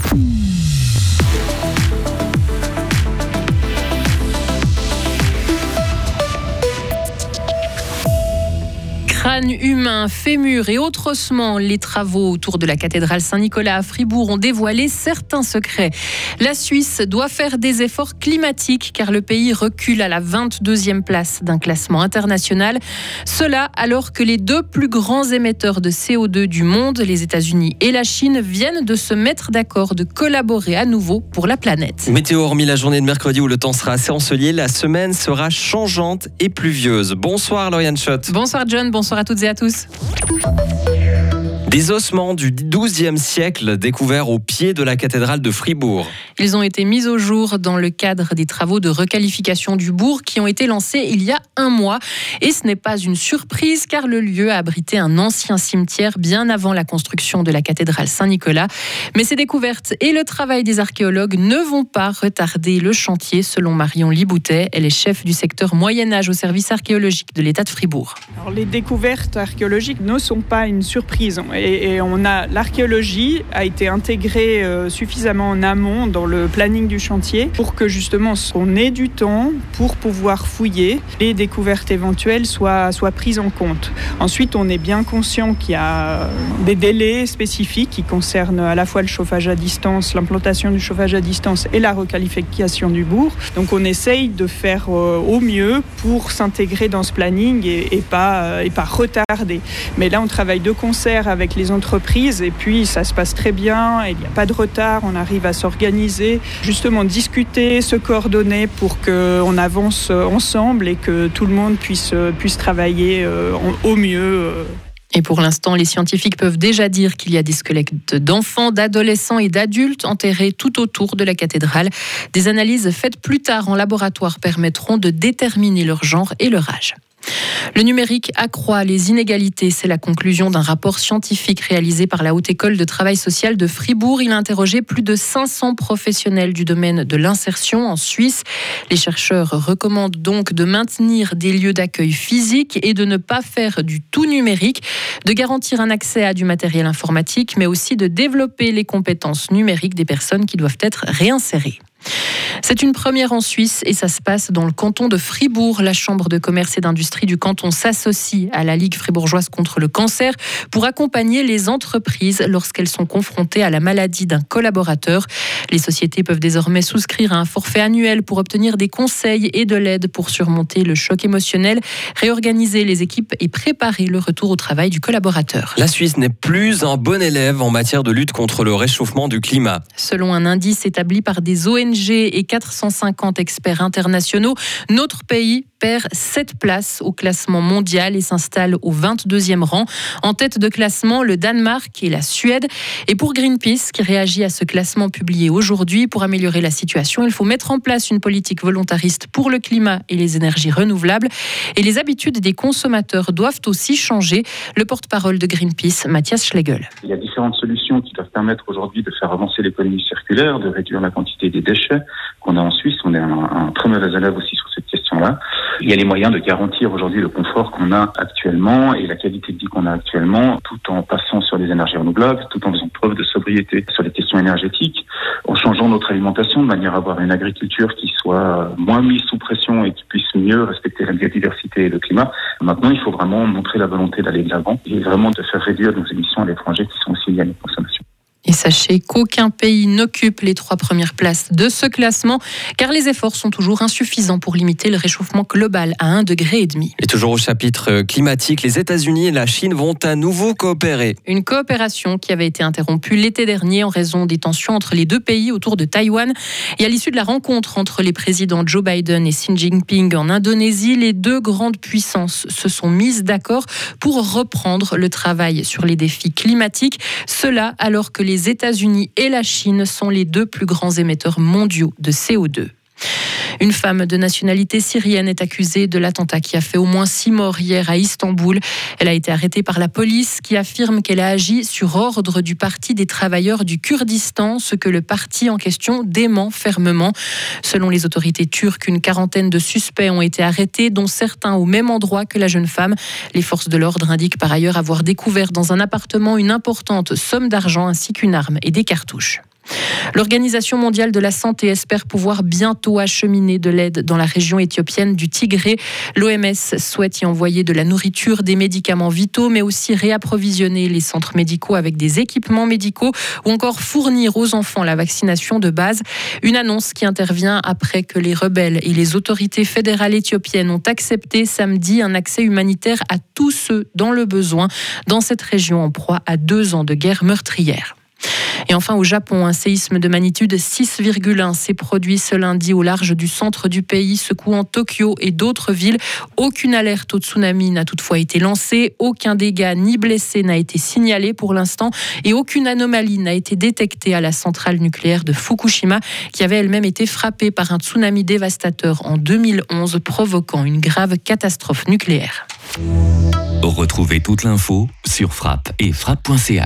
Crâne humain, fémur et autres ossements, les travaux autour de la cathédrale Saint-Nicolas à Fribourg ont dévoilé certains secrets. La Suisse doit faire des efforts climatiques car le pays recule à la 22e place d'un classement international. Cela alors que les deux plus grands émetteurs de CO2 du monde, les États-Unis et la Chine, viennent de se mettre d'accord de collaborer à nouveau pour la planète. Météo, hormis la journée de mercredi où le temps sera assez ensoleillé, la semaine sera changeante et pluvieuse. Bonsoir Lauriane Schott. Bonsoir John, bonsoir à toutes et à tous. Des ossements du XIIe siècle découverts au pied de la cathédrale de Fribourg. Ils ont été mis au jour dans le cadre des travaux de requalification du bourg qui ont été lancés il y a un mois. Et ce n'est pas une surprise car le lieu a abrité un ancien cimetière bien avant la construction de la cathédrale Saint-Nicolas. Mais ces découvertes et le travail des archéologues ne vont pas retarder le chantier selon Marion Liboutet. Elle est chef du secteur Moyen-Âge au service archéologique de l'État de Fribourg. Alors, les découvertes archéologiques ne sont pas une surprise. Et l'archéologie a été intégrée suffisamment en amont dans le planning du chantier pour que justement on ait du temps pour pouvoir fouiller. Les découvertes éventuelles soient prises en compte. Ensuite, on est bien conscient qu'il y a des délais spécifiques qui concernent à la fois le chauffage à distance, l'implantation du chauffage à distance et la requalification du bourg. Donc on essaye de faire au mieux pour s'intégrer dans ce planning et pas retarder. Mais là, on travaille de concert avec les entreprises et puis ça se passe très bien, il n'y a pas de retard, on arrive à s'organiser, justement discuter, se coordonner pour qu'on avance ensemble et que tout le monde puisse travailler au mieux. Et pour l'instant, les scientifiques peuvent déjà dire qu'il y a des squelettes d'enfants, d'adolescents et d'adultes enterrés tout autour de la cathédrale. Des analyses faites plus tard en laboratoire permettront de déterminer leur genre et leur âge. Le numérique accroît les inégalités, c'est la conclusion d'un rapport scientifique réalisé par la Haute École de Travail Social de Fribourg. Il a interrogé plus de 500 professionnels du domaine de l'insertion en Suisse. Les chercheurs recommandent donc de maintenir des lieux d'accueil physiques et de ne pas faire du tout numérique, de garantir un accès à du matériel informatique, mais aussi de développer les compétences numériques des personnes qui doivent être réinsérées. C'est une première en Suisse et ça se passe dans le canton de Fribourg. La Chambre de commerce et d'industrie du canton s'associe à la Ligue fribourgeoise contre le cancer pour accompagner les entreprises lorsqu'elles sont confrontées à la maladie d'un collaborateur. Les sociétés peuvent désormais souscrire à un forfait annuel pour obtenir des conseils et de l'aide pour surmonter le choc émotionnel, réorganiser les équipes et préparer le retour au travail du collaborateur. La Suisse n'est plus un bon élève en matière de lutte contre le réchauffement du climat. Selon un indice établi par des ONG et 450 experts internationaux, notre pays perd 7 places au classement mondial et s'installe au 22e rang. En tête de classement, le Danemark et la Suède. Et pour Greenpeace, qui réagit à ce classement publié aujourd'hui, pour améliorer la situation, il faut mettre en place une politique volontariste pour le climat et les énergies renouvelables. Et les habitudes des consommateurs doivent aussi changer. Le porte-parole de Greenpeace, Mathias Schlegel. Il y a différentes solutions qui doivent permettre aujourd'hui de faire avancer l'économie circulaire, de réduire la quantité des déchets qu'on a en Suisse. On est un très mauvais élève aussi sur cette question-là. Il y a les moyens de garantir aujourd'hui le confort qu'on a actuellement et la qualité de vie qu'on a actuellement, tout en passant sur les énergies renouvelables, tout en faisant preuve de sobriété sur les questions énergétiques, en changeant notre alimentation de manière à avoir une agriculture qui soit moins mise sous pression et qui puisse mieux respecter la biodiversité et le climat. Maintenant, il faut vraiment montrer la volonté d'aller de l'avant et vraiment de faire réduire nos émissions à l'étranger qui sont aussi liées à notre consommation. Et sachez qu'aucun pays n'occupe les 3 premières places de ce classement, car les efforts sont toujours insuffisants pour limiter le réchauffement global à 1,5 degré. Et toujours au chapitre climatique, les États-Unis et la Chine vont à nouveau coopérer. Une coopération qui avait été interrompue l'été dernier en raison des tensions entre les deux pays autour de Taïwan. Et à l'issue de la rencontre entre les présidents Joe Biden et Xi Jinping en Indonésie, les deux grandes puissances se sont mises d'accord pour reprendre le travail sur les défis climatiques. Cela alors que les États-Unis et la Chine sont les deux plus grands émetteurs mondiaux de CO2. Une femme de nationalité syrienne est accusée de l'attentat qui a fait au moins 6 morts hier à Istanbul. Elle a été arrêtée par la police qui affirme qu'elle a agi sur ordre du Parti des travailleurs du Kurdistan, ce que le parti en question dément fermement. Selon les autorités turques, une quarantaine de suspects ont été arrêtés, dont certains au même endroit que la jeune femme. Les forces de l'ordre indiquent par ailleurs avoir découvert dans un appartement une importante somme d'argent ainsi qu'une arme et des cartouches. L'Organisation mondiale de la santé espère pouvoir bientôt acheminer de l'aide dans la région éthiopienne du Tigré. L'OMS souhaite y envoyer de la nourriture, des médicaments vitaux, mais aussi réapprovisionner les centres médicaux avec des équipements médicaux ou encore fournir aux enfants la vaccination de base. Une annonce qui intervient après que les rebelles et les autorités fédérales éthiopiennes ont accepté samedi un accès humanitaire à tous ceux dans le besoin dans cette région en proie à 2 ans de guerre meurtrière. Et enfin, au Japon, un séisme de magnitude 6,1 s'est produit ce lundi au large du centre du pays, secouant Tokyo et d'autres villes. Aucune alerte au tsunami n'a toutefois été lancée, aucun dégât ni blessé n'a été signalé pour l'instant et aucune anomalie n'a été détectée à la centrale nucléaire de Fukushima, qui avait elle-même été frappée par un tsunami dévastateur en 2011, provoquant une grave catastrophe nucléaire. Retrouvez toute l'info sur frappe et frappe.ch.